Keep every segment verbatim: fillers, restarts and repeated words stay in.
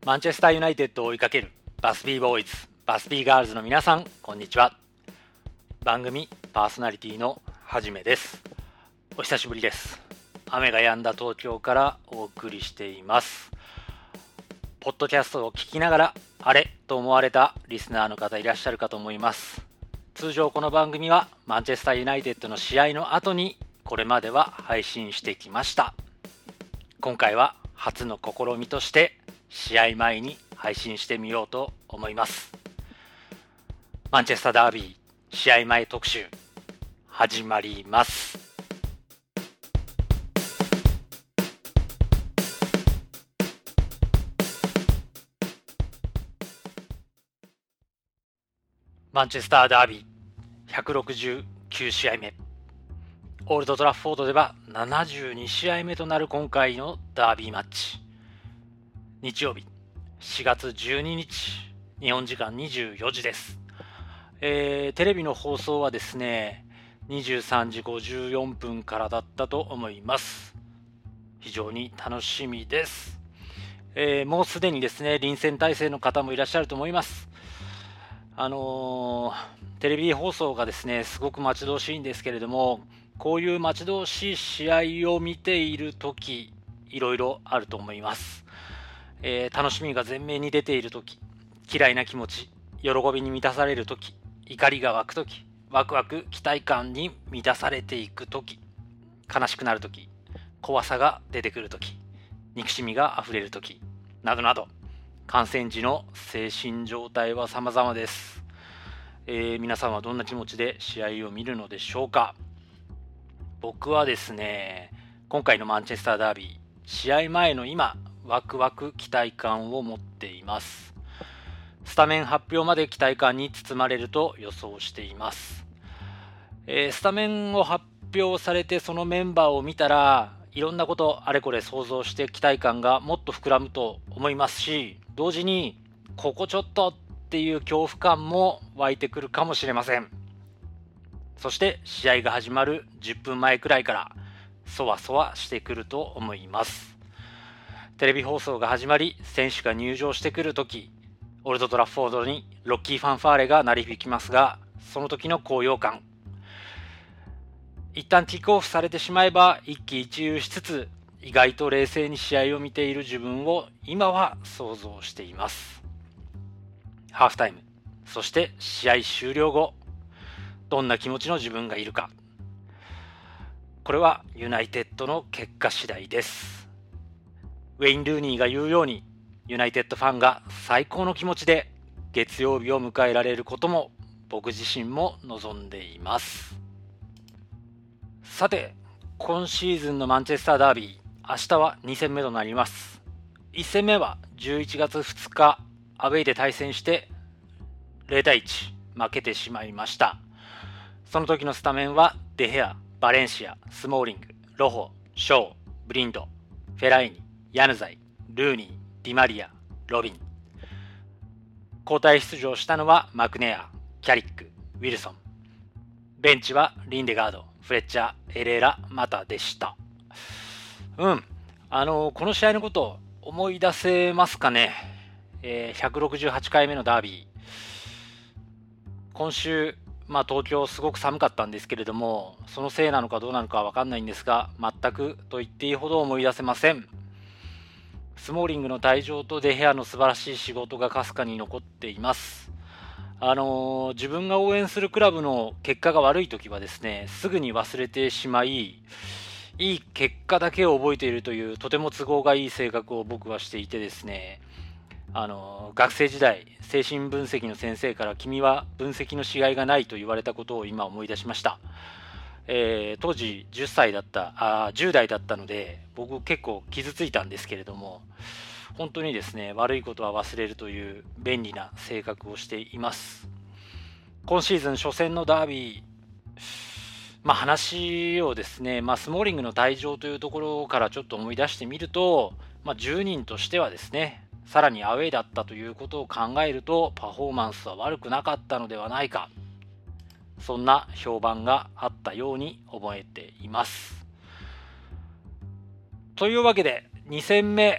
マンチェスターユナイテッドを追いかけるバスビーボーイズ、バスビーガールズの皆さん、こんにちは。番組パーソナリティのはじめです。お久しぶりです。雨が止んだ東京からお送りしています。ポッドキャストを聞きながらあれと思われたリスナーの方いらっしゃるかと思います。通常この番組はマンチェスターユナイテッドの試合の後にこれまでは配信してきました。今回は初の試みとして試合前に配信してみようと思います。マンチェスターダービー試合前特集始まります。マンチェスターダービーひゃくろくじゅうきゅう試合目、オールドトラッフォードではななじゅうに試合目となる今回のダービーマッチ。日曜日しがつじゅうににち、日本時間にじゅうよじです。えー、テレビの放送はですねにじゅうさんじごじゅうよんぷんからだったと思います。非常に楽しみです。えー、もうすでにですね臨戦態勢の方もいらっしゃると思います。あのー、テレビ放送がですねすごく待ち遠しいんですけれども、こういう待ち遠しい試合を見ているときいろいろあると思います。えー、楽しみが前面に出ているとき、嫌いな気持ち、喜びに満たされるとき、怒りが湧くとき、ワクワク期待感に満たされていくとき、悲しくなるとき、怖さが出てくるとき、憎しみがあふれるときなどなど、観戦時の精神状態は様々です。えー、皆さんはどんな気持ちで試合を見るのでしょうか。僕はですね今回のマンチェスターダービー試合前の今ワクワク期待感を持っています。スタメン発表まで期待感に包まれると予想しています。えー、スタメンを発表されてそのメンバーを見たらいろんなことあれこれ想像して期待感がもっと膨らむと思いますし、同時にここちょっとっていう恐怖感も湧いてくるかもしれません。そして試合が始まるじゅっぷんまえくらいからそわそわしてくると思います。テレビ放送が始まり選手が入場してくるとき、オールドトラッフォードにロッキーファンファーレが鳴り響きますが、その時の高揚感、一旦キックオフされてしまえば一喜一憂しつつ意外と冷静に試合を見ている自分を今は想像しています。ハーフタイム、そして試合終了後、どんな気持ちの自分がいるか、これはユナイテッドの結果次第です。ウェイン・ルーニーが言うように、ユナイテッドファンが最高の気持ちで月曜日を迎えられることも僕自身も望んでいます。さて、今シーズンのマンチェスターダービー、明日はに戦目となります。いち戦目はじゅういちがつふつかアウェイで対戦してゼロたいいち負けてしまいました。その時のスタメンはデヘア、バレンシア、スモーリング、ロホ、ショー、ブリンド、フェライニ、ヤヌザイ、ルーニー、ディマリア、ロビン。交代出場したのはマクネア、キャリック、ウィルソン。ベンチはリンデガード、フレッチャー、エレーラ、マタでした。うん、あのー、この試合のことを思い出せますかね。えー、ひゃくろくじゅうはちかいめのダービー。今週、まあ、東京すごく寒かったんですけれども、そのせいなのかどうなのかは分かんないんですが、全くと言っていいほど思い出せません。スモーリングの退場とデヘアの素晴らしい仕事がかすかに残っています。あのー、自分が応援するクラブの結果が悪い時はですね、すぐに忘れてしまい、いい結果だけを覚えているというとても都合がいい性格を僕はしていてですね、あの学生時代精神分析の先生から君は分析のしがいがないと言われたことを今思い出しました。えー、当時じゅっさいだったあじゅう代だったので僕結構傷ついたんですけれども、本当にですね悪いことは忘れるという便利な性格をしています。今シーズン初戦のダービー、まあ、話をですね、まあ、スモーリングの退場というところからちょっと思い出してみると、まあ、じゅうにんとしてはですねさらにアウェイだったということを考えるとパフォーマンスは悪くなかったのではないか、そんな評判があったように覚えています。というわけでに戦目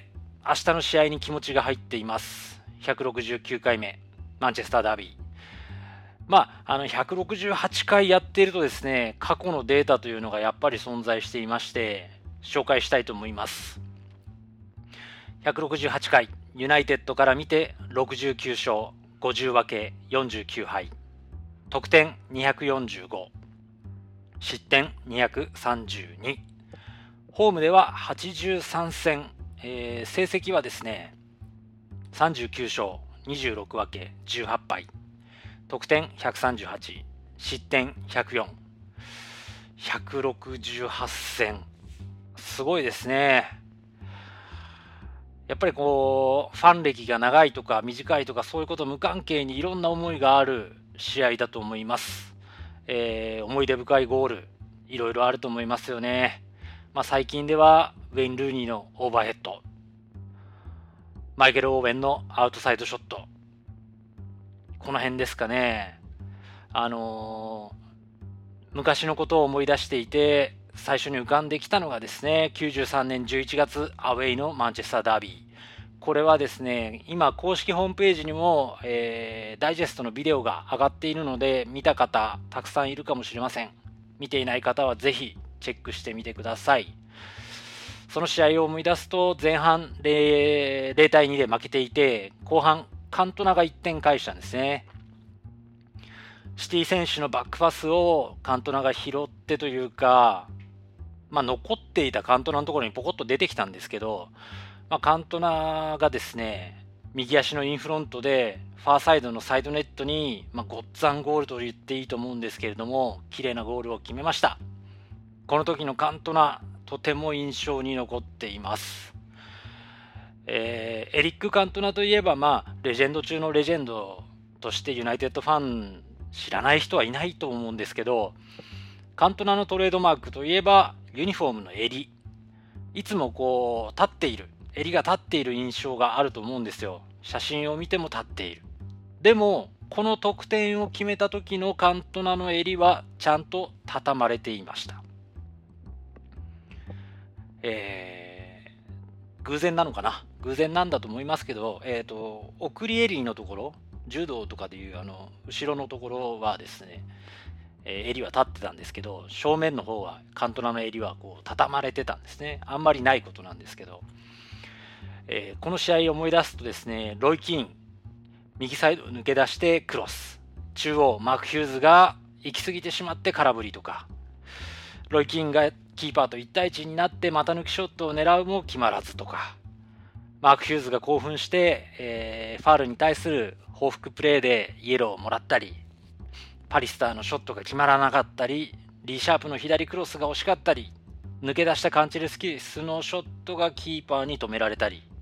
明日の試合に気持ちが入っています。ひゃくろくじゅうきゅうかいめマンチェスターダービー。まあ、あのひゃくろくじゅうはちかいやっているとですね、過去のデータというのがやっぱり存在していまして、紹介したいと思います。ひゃくろくじゅうはちかい、ユナイテッドから見てろくじゅうきゅうしょう、ごじゅうわけ、よんじゅうきゅうはい。得点にひゃくよんじゅうご、失点にひゃくさんじゅうに。ホームでははちじゅうさんせん、えー、成績はですね、さんじゅうきゅうしょう、にじゅうろくわけ、じゅうはっぱい。得点ひゃくさんじゅうはち、失点ひゃくよん。ひゃくろくじゅうはちせん。すごいですね。やっぱりこう、ファン歴が長いとか短いとかそういうこと無関係にいろんな思いがある試合だと思います。えー、思い出深いゴール、いろいろあると思いますよね。まあ、最近ではウェイン・ルーニーのオーバーヘッド、マイケル・オーウェンのアウトサイドショット、この辺ですかね。あのー、昔のことを思い出していて最初に浮かんできたのがですね、きゅうじゅうさんねんじゅういちがつアウェイのマンチェスターダービー。これはですね、今公式ホームページにも、えー、ダイジェストのビデオが上がっているので、見た方たくさんいるかもしれません。見ていない方はぜひチェックしてみてください。その試合を思い出すと、前半 ゼロたいにで負けていて、後半カントナがいってん返したんですね。シティ選手のバックパスをカントナが拾ってというか、まあ、残っていたカントナのところにポコッと出てきたんですけど、まあ、カントナがですね、右足のインフロントでファーサイドのサイドネットに、まあ、ゴッツァンゴールと言っていいと思うんですけれども、綺麗なゴールを決めました。この時のカントナ、とても印象に残っています。えー、エリック・カントナといえば、まあ、レジェンド中のレジェンドとしてユナイテッドファン知らない人はいないと思うんですけど、カントナのトレードマークといえばユニフォームの襟、いつもこう立っている、襟が立っている印象があると思うんですよ。写真を見ても立っている。でもこの得点を決めた時のカントナの襟はちゃんと畳まれていました。えー、偶然なのかな、偶然なんだと思いますけど、えーと、送り襟のところ、柔道とかでいうあの後ろのところはですね、えー、襟は立ってたんですけど、正面の方はカントナの襟はこう畳まれてたんですね。あんまりないことなんですけど、えー、この試合を思い出すとですね、ロイ・キーン右サイド抜け出してクロス、中央マーク・ヒューズが行き過ぎてしまって空振りとか、ロイ・キーンがキーパーといちたいいちになって股抜きショットを狙うも決まらずとか、マーク・ヒューズが興奮して、えー、ファールに対する報復プレーでイエローをもらったり、パリスターのショットが決まらなかったり、リーシャープの左クロスが惜しかったり、抜け出したカンチェルスキスのショットがキーパーに止められたり、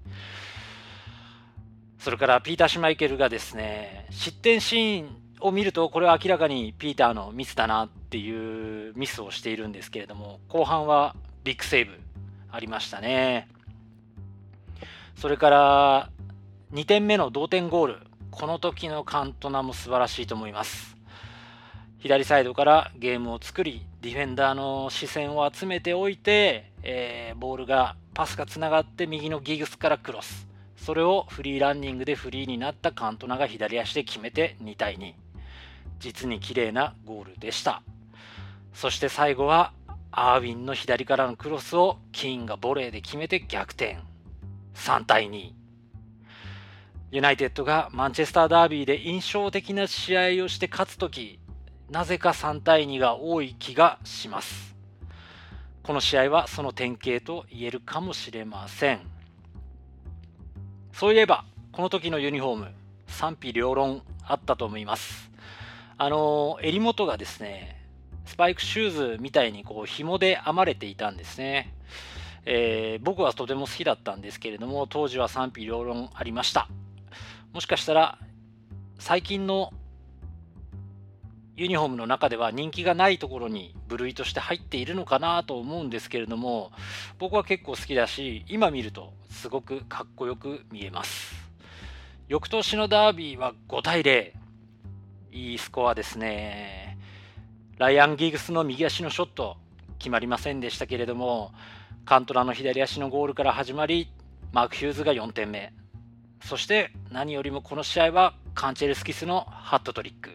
それからピーター・シュマイケルがですね、失点シーンを見るとこれは明らかにピーターのミスだなっていうミスをしているんですけれども、後半はビッグセーブありましたね。それからにてんめの同点ゴール、この時のカントナも素晴らしいと思います。左サイドからゲームを作り、ディフェンダーの視線を集めておいて、えー、ボールがパスがつながって右のギグスからクロス、それをフリーランニングでフリーになったカントナが左足で決めてにたいに、実に綺麗なゴールでした。そして最後はアーウィンの左からのクロスをキーンがボレーで決めて逆転、さんたいに。ユナイテッドがマンチェスターダービーで印象的な試合をして勝つとき、なぜかさんたいにが多い気がします。この試合はその典型と言えるかもしれません。そういえばこの時のユニフォーム、賛否両論あったと思います。あの襟元がですね、スパイクシューズみたいにこう紐で編まれていたんですね。えー、僕はとても好きだったんですけれども、当時は賛否両論ありました。もしかしたら最近のユニフォームの中では人気がないところに部類として入っているのかなと思うんですけれども、僕は結構好きだし、今見るとすごくかっこよく見えます。翌年のダービーはごたいゼロ、いいスコアですね。ライアン・ギグスの右足のショット決まりませんでしたけれども、カントナの左足のゴールから始まり、 マーク・ヒューズがよんてんめ、そして何よりもこの試合はカンチェルスキスのハットトリック、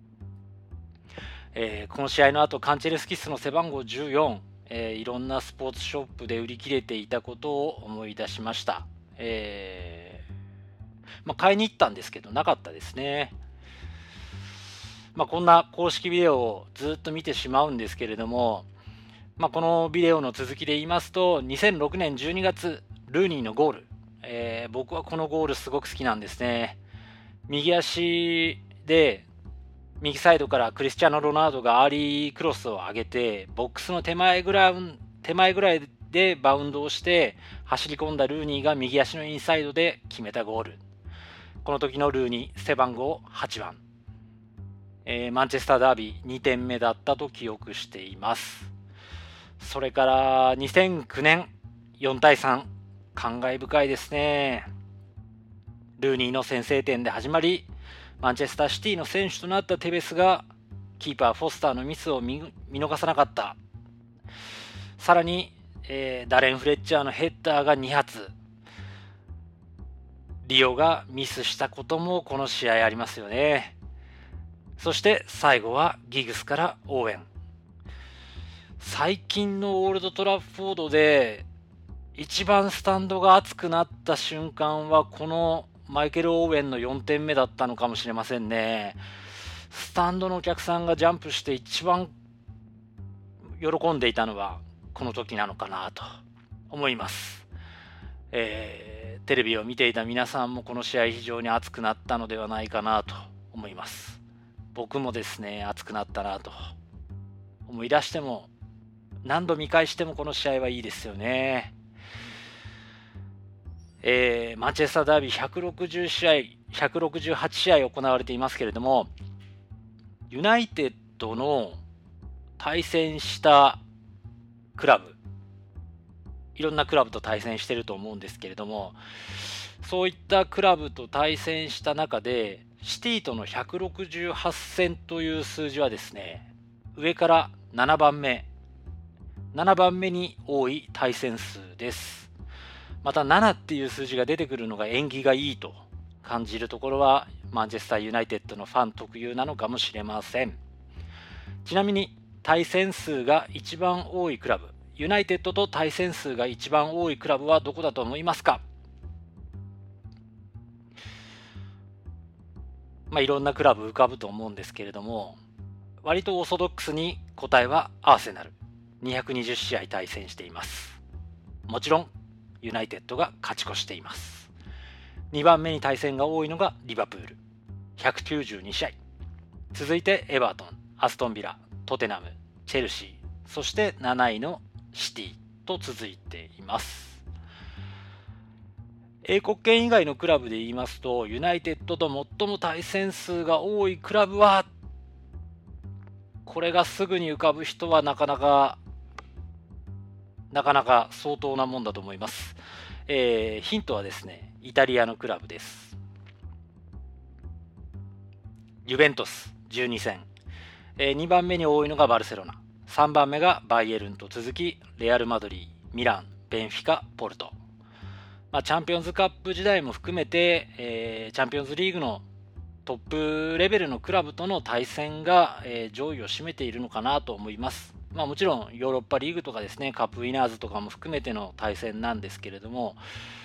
えー、この試合の後カンチェルスキスの背番号じゅうよん、えー、いろんなスポーツショップで売り切れていたことを思い出しました。えーまあ、買いに行ったんですけどなかったですね。まあ、こんな公式ビデオをずっと見てしまうんですけれども、まあ、このビデオの続きで言いますと、にせんろくねんじゅうにがつルーニーのゴール、えー、僕はこのゴールすごく好きなんですね。右足で右サイドからクリスチャーノ・ロナウドがアーリークロスを上げて、ボックスの手前ぐらい手前ぐらいでバウンドをして走り込んだルーニーが右足のインサイドで決めたゴール。この時のルーニー背番号はちばん、えー、マンチェスターダービーにてんめだったと記憶しています。それからにせんきゅうねんよんたいさん、感慨深いですね。ルーニーの先制点で始まり、マンチェスターシティの選手となったテベスがキーパーフォスターのミスを 見, 見逃さなかった。さらに、えー、ダレン・フレッチャーのヘッダーがに発、リオがミスしたこともこの試合ありますよね。そして最後はギグスから応援。最近のオールドトラッフォードで一番スタンドが熱くなった瞬間はこのマイケル・オーウェンのよんてんめだったのかもしれませんね。スタンドのお客さんがジャンプして一番喜んでいたのはこの時なのかなと思います。えー、テレビを見ていた皆さんもこの試合非常に熱くなったのではないかなと思います。僕もですね、熱くなったなと思い出しても、何度見返してもこの試合はいいですよね。えー、マンチェスターダービーひゃくろくじゅうしあい、ひゃくろくじゅうはちしあい行われていますけれども、ユナイテッドの対戦したクラブ、いろんなクラブと対戦していると思うんですけれども、そういったクラブと対戦した中でシティとのひゃくろくじゅうはち戦という数字はですね、上からななばんめななばんめに多い対戦数です。またななっていう数字が出てくるのが縁起がいいと感じるところはマンチェスターユナイテッドのファン特有なのかもしれません。ちなみに対戦数が一番多いクラブ、ユナイテッドと対戦数が一番多いクラブはどこだと思いますか？まあいろんなクラブ浮かぶと思うんですけれども、割とオーソドックスに答えはアーセナル、にひゃくにじゅっしあい対戦しています。もちろんユナイテッドが勝ち越しています。にばんめに対戦が多いのがリバプール、ひゃくきゅうじゅうにしあい、続いてエバートン、アストンビラ、トテナム、チェルシー、そしてなないのシティと続いています。英国圏以外のクラブで言いますと、ユナイテッドと最も対戦数が多いクラブは、これがすぐに浮かぶ人はなかなかなかなか相当なもんだと思います。えー、ヒントはですね、イタリアのクラブです。ユベントスじゅうに戦、えー、にばんめに多いのがバルセロナ、さんばんめがバイエルンと続き、レアル・マドリー、ミラン、ベンフィカ、ポルト。まあ、チャンピオンズカップ時代も含めて、えー、チャンピオンズリーグのトップレベルのクラブとの対戦が、えー、上位を占めているのかなと思います。まあ、もちろんヨーロッパリーグとかですね、カップウィナーズとかも含めての対戦なんですけれども、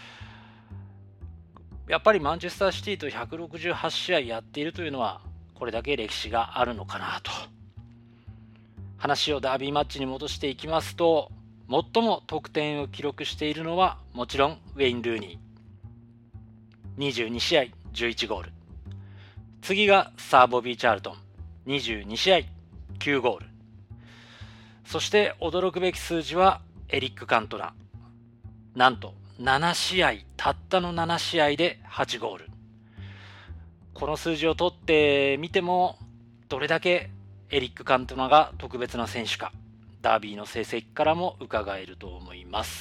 やっぱりマンチェスターシティとひゃくろくじゅうはちしあいやっているというのはこれだけ歴史があるのかなと。話をダービーマッチに戻していきますと、最も得点を記録しているのはもちろんウェイン・ルーニー、にじゅうにしあいじゅういちゴール。次がサー・ボビー・チャールトン、にじゅうにしあいきゅうゴール。そして驚くべき数字はエリック・カントナ、なんとななしあい、たったのななしあいではちゴール。この数字を取ってみてもどれだけエリック・カントナが特別な選手か、ダービーの成績からも伺えると思います。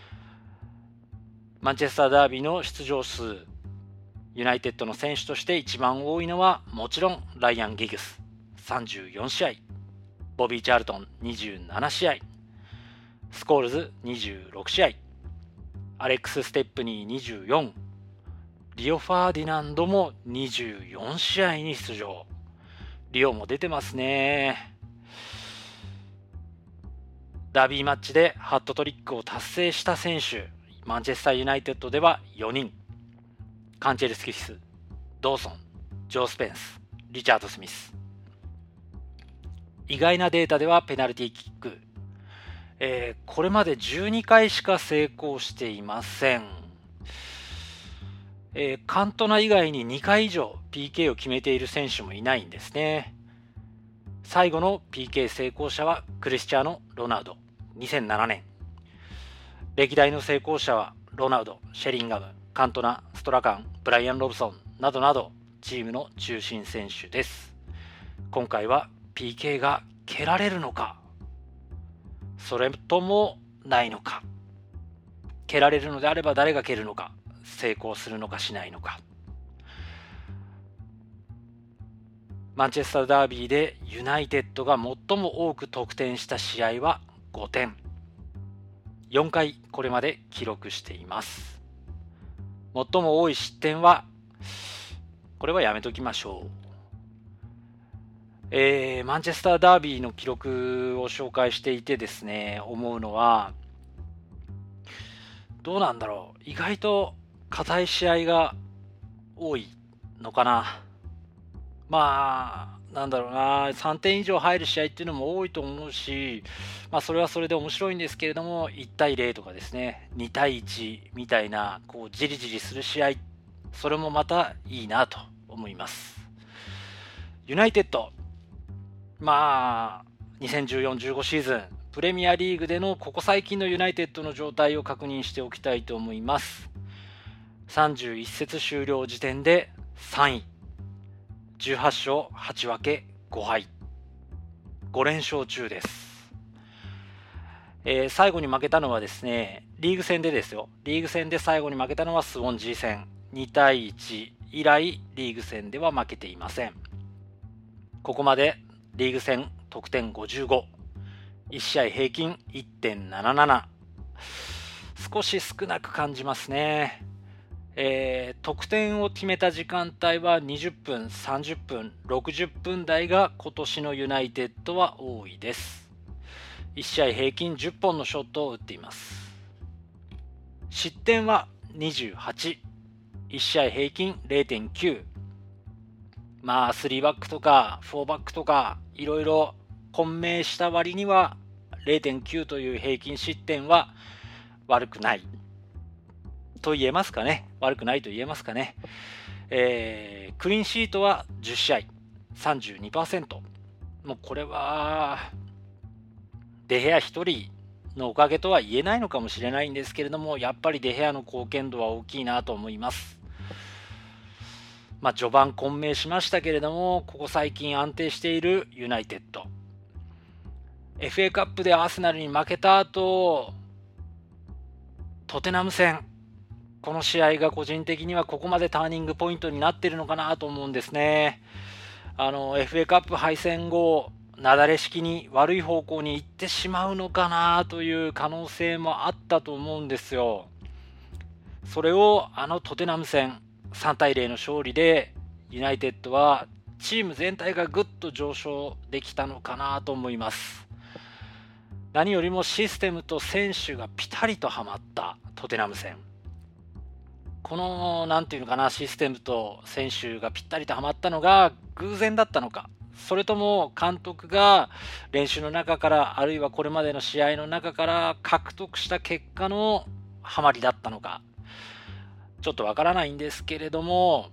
マンチェスターダービーの出場数、ユナイテッドの選手として一番多いのはもちろんライアン・ギグスさんじゅうよんしあい、ボビー・チャールトンにじゅうななしあい、スコールズにじゅうろくしあい、 アレックス・ステップニーにじゅうよん、リオ・ファーディナンドもにじゅうよん試合に出場。リオも出てますね。ダービーマッチでハットトリックを達成した選手、マンチェスターユナイテッドではよにん。カンチェルスキス、ドーソン、ジョー・スペンス、リチャード・スミス。意外なデータではペナルティーキック、えー、これまでじゅうにかいしか成功していません。えー、カントナ以外ににかい以上 ピーケー を決めている選手もいないんですね。最後の ピーケー 成功者はクリスチャーノ・ロナウド、にせんななねん。歴代の成功者はロナウド、シェリンガム、カントナ、ストラカン、ブライアン・ロブソンなどなどチームの中心選手です。今回は ピーケー が蹴られるのか、それともないのか。蹴られるのであれば誰が蹴るのか、成功するのかしないのか。マンチェスターダービーでユナイテッドが最も多く得点した試合はごてん。よんかいこれまで記録しています。最も多い失点は、これはやめときましょう。えー、マンチェスターダービーの記録を紹介していてですね、思うのは、どうなんだろう。意外と硬い試合が多いのかな。まあ、なんだろうな、さんてん以上入る試合っていうのも多いと思うし、まあそれはそれで面白いんですけれども、いちたいゼロとかですね、にたいいちみたいな、こう、じりじりする試合、それもまたいいなと思います。ユナイテッド、まあ、にせんじゅうよんじゅうごシーズン、プレミアリーグでのここ最近のユナイテッドの状態を確認しておきたいと思います。さんじゅういち節終了時点でさんい。じゅうはち勝はち分けご敗。ご連勝中です。えー、最後に負けたのはですね、リーグ戦でですよ。リーグ戦で最後に負けたのはスウォンジー戦。にたいいち以来、リーグ戦では負けていません。ここまでリーグ戦得点ごじゅうご。いち試合平均 いってんなななな。少し少なく感じますね。えー、得点を決めた時間帯はにじゅっぷん、さんじゅっぷん、ろくじゅっぷん台が今年のユナイテッドは多いです。いち試合平均じゅっぽんのショットを打っています。失点はにじゅうはち。いち試合平均 れいてんきゅう。まあさんバックとかよんバックとかいろいろ混迷した割には れいてんきゅう という平均失点は悪くないと言えますかね。悪くないと言えますかね。えー、クリーンシートはじゅっ試合 さんじゅうにパーセント。もうこれはデヘア一人のおかげとは言えないのかもしれないんですけれども、やっぱりデヘアの貢献度は大きいなと思います。まあ序盤混迷しましたけれども、ここ最近安定しているユナイテッド。エフエー カップでアーセナルに負けた後、トテナム戦、この試合が個人的にはここまでターニングポイントになっているのかなと思うんですね。あの エフエー カップ敗戦後、なだれ式に悪い方向に行ってしまうのかなという可能性もあったと思うんですよ。それをあのトテナム戦さんたいゼロの勝利でユナイテッドはチーム全体がぐっと上昇できたのかなと思います。何よりもシステムと選手がピタリとはまったトテナム戦。このなんていうのかな、システムと選手がぴったりとはまったのが偶然だったのか、それとも監督が練習の中から、あるいはこれまでの試合の中から獲得した結果のハマりだったのか、ちょっとわからないんですけれども、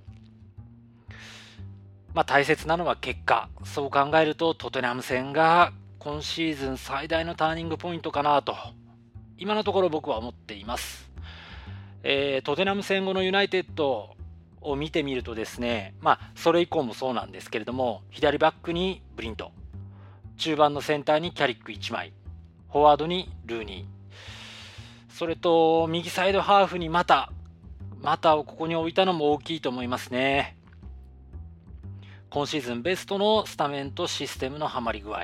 まあ大切なのは結果。そう考えるとトテナム戦が今シーズン最大のターニングポイントかなと今のところ僕は思っています。えー、トテナム戦後のユナイテッドを見てみるとですね、まあそれ以降もそうなんですけれども、左バックにブリント、中盤のセンターにキャリックいちまい、フォワードにルーニー、それと右サイドハーフにマタマタをここに置いたのも大きいと思いますね。今シーズンベストのスタメンとシステムのハマり具合、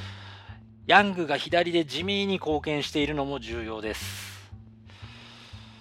ヤングが左で地味に貢献しているのも重要です。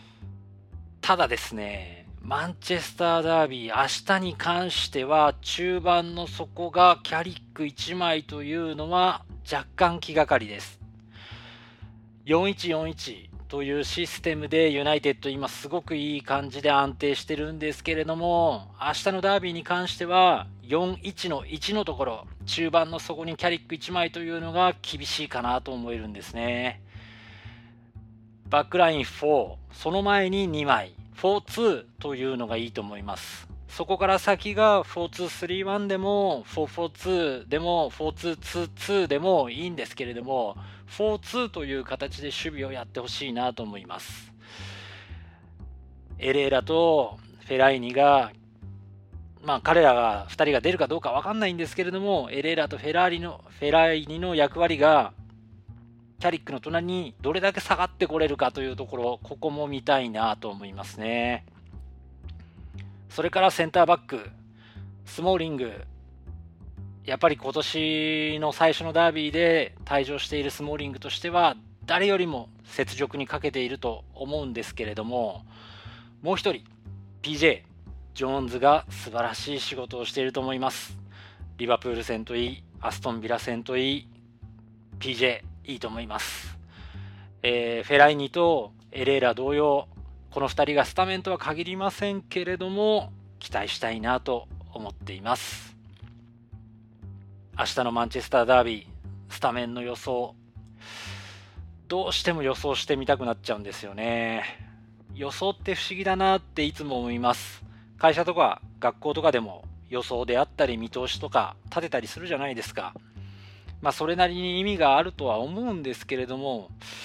ただですね、マンチェスターダービー、明日に関しては中盤の底がキャリックいちまいというのは若干気がかりです。よんいちよんいちというシステムでユナイテッド今すごくいい感じで安定してるんですけれども、明日のダービーに関してはよんいちのいちのところ、中盤の底にキャリックいちまいというのが厳しいかなと思えるんですね。バックラインよん、その前ににまい、よんツーというのがいいと思います。そこから先がよんツースリーワンでもよんフォーツーでもよんツーツーツーでもいいんですけれども、よんツーという形で守備をやってほしいなと思います。エレーラとフェライニが、まあ彼らがふたりが出るかどうか分かんないんですけれども、エレーラとフェラーリのフェライニの役割がキャリックの隣にどれだけ下がってこれるかというところ、ここも見たいなと思いますね。それからセンターバック、スモーリング、やっぱり今年の最初のダービーで退場しているスモーリングとしては誰よりも雪辱に欠けていると思うんですけれども、もう一人 ピージェー ジョーンズが素晴らしい仕事をしていると思います。リバプール戦といい、アストンビラ戦といい、 ピージェー いいと思います。えー、フェライニとエレーラ同様、このふたりがスタメンとは限りませんけれども期待したいなと思っています。明日のマンチェスターダービー、スタメンの予想、どうしても予想してみたくなっちゃうんですよね。予想って不思議だなっていつも思います。会社とか学校とかでも予想であったり見通しとか立てたりするじゃないですか。まあそれなりに意味があるとは思うんですけれども、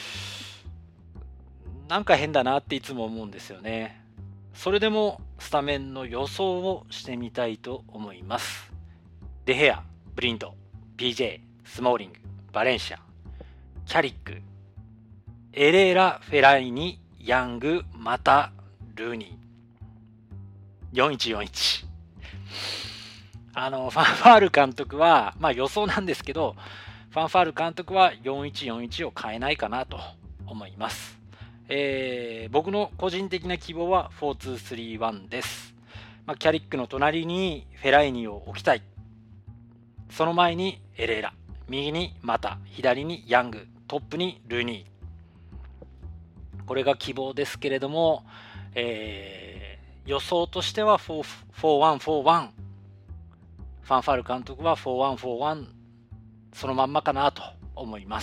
なんか変だなっていつも思うんですよね。それでもスタメンの予想をしてみたいと思います。デヘア、ブリント、ピージェー、スモーリング、バレンシア、キャリック、エレーラ、フェライニ、ヤング、またルーニー。よんいちよんいち。あのファンファール監督は、まあ予想なんですけど、ファンファール監督はよんいちよんいちを変えないかなと思います。えー、僕の個人的な希望はよんツースリーワンです。まあ、キャリックの隣にフェライニを置きたい。その前にエレーラ、右にマタ、左にヤング、トップにルーニー。これが希望ですけれども、えー、予想としてはよんフォーワンフォーワン、ファンファール監督はよんワンフォーワン、そのまんまかなと思います。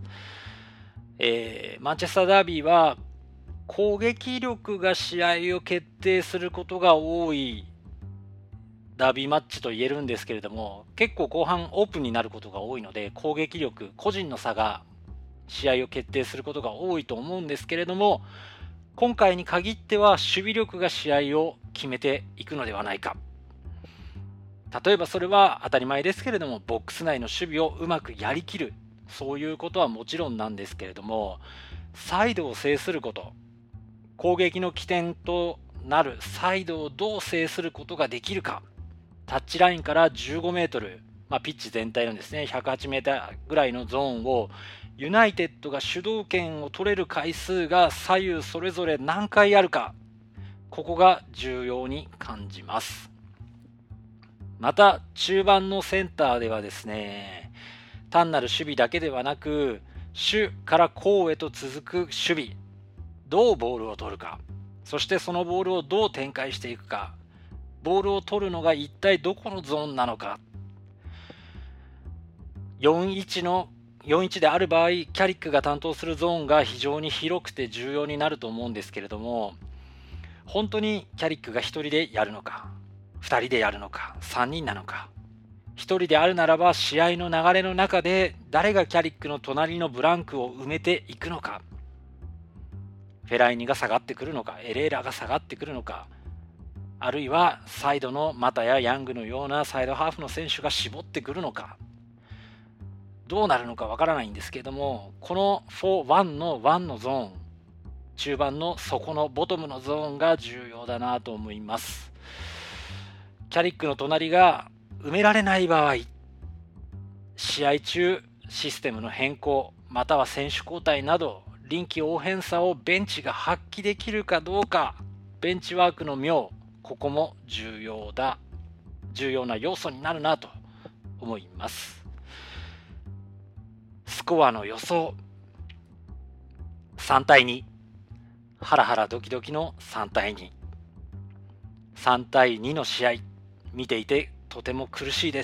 えー、マンチェスターダービーは攻撃力が試合を決定することが多いダービーマッチと言えるんですけれども、結構後半オープンになることが多いので、攻撃力、個人の差が試合を決定することが多いと思うんですけれども、今回に限っては守備力が試合を決めていくのではないか。例えばそれは当たり前ですけれども、ボックス内の守備をうまくやりきる、そういうことはもちろんなんですけれども、サイドを制すること、攻撃の起点となるサイドをどう制することができるか。タッチラインからじゅうごメートル、まあ、ピッチ全体のですねひゃくはちメーターぐらいのゾーンをユナイテッドが主導権を取れる回数が左右それぞれ何回あるか、ここが重要に感じます。また中盤のセンターではですね、単なる守備だけではなく、主から攻へと続く守備、どうボールを取るか、そしてそのボールをどう展開していくか、ボールを取るのが一体どこのゾーンなのか。よんいちのよんいちである場合、キャリックが担当するゾーンが非常に広くて重要になると思うんですけれども、本当にキャリックがひとりでやるのか、ふたりでやるのか、さんにんなのか。ひとりであるならば試合の流れの中で誰がキャリックの隣のブランクを埋めていくのか。フェライニが下がってくるのか、エレーラが下がってくるのか、あるいはサイドのマタやヤングのようなサイドハーフの選手が絞ってくるのか、どうなるのかわからないんですけれども、このよんワンのいちのゾーン、中盤の底のボトムのゾーンが重要だなと思います。キャリックの隣が埋められない場合、試合中システムの変更または選手交代など臨機応変さをベンチが発揮できるかどうか、 ベンチワークの妙、ここも重要だ重要な要素になるなと思います。スコアの予想さんたいに、ハラハラドキドキのさんたいに、さんたいにの試合、見ていてとても苦しいです。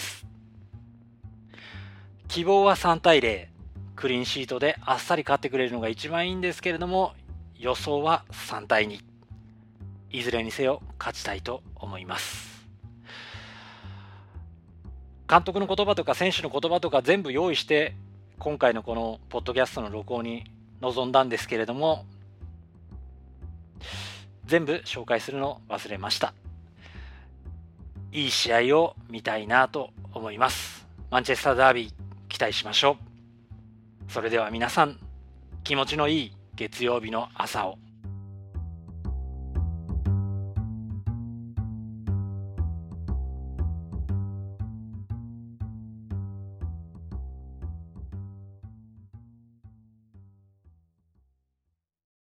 希望はさんたいゼロ、クリーンシートであっさり勝ってくれるのが一番いいんですけれども、予想はさんたいに、いずれにせよ勝ちたいと思います。監督の言葉とか選手の言葉とか全部用意して今回のこのポッドキャストの録音に臨んだんですけれども、全部紹介するの忘れました。いい試合を見たいなと思います。マンチェスターダービー期待しましょう。それでは皆さん、気持ちのいい月曜日の朝を。